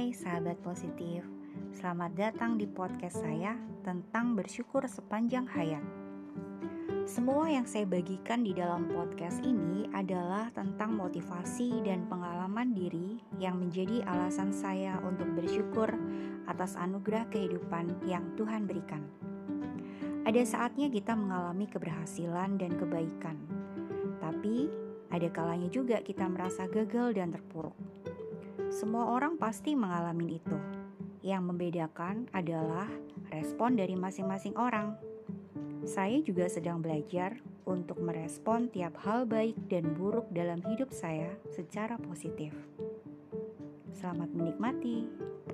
Hai sahabat positif, selamat datang di podcast saya tentang bersyukur sepanjang hayat. Semua yang saya bagikan di dalam podcast ini adalah tentang motivasi dan pengalaman diri yang menjadi alasan saya untuk bersyukur atas anugerah kehidupan yang Tuhan berikan. Ada saatnya kita mengalami keberhasilan dan kebaikan, tapi ada kalanya juga kita merasa gagal dan terpuruk. Semua orang pasti mengalami itu. Yang membedakan adalah respon dari masing-masing orang. Saya juga sedang belajar untuk merespon tiap hal baik dan buruk dalam hidup saya secara positif. Selamat menikmati.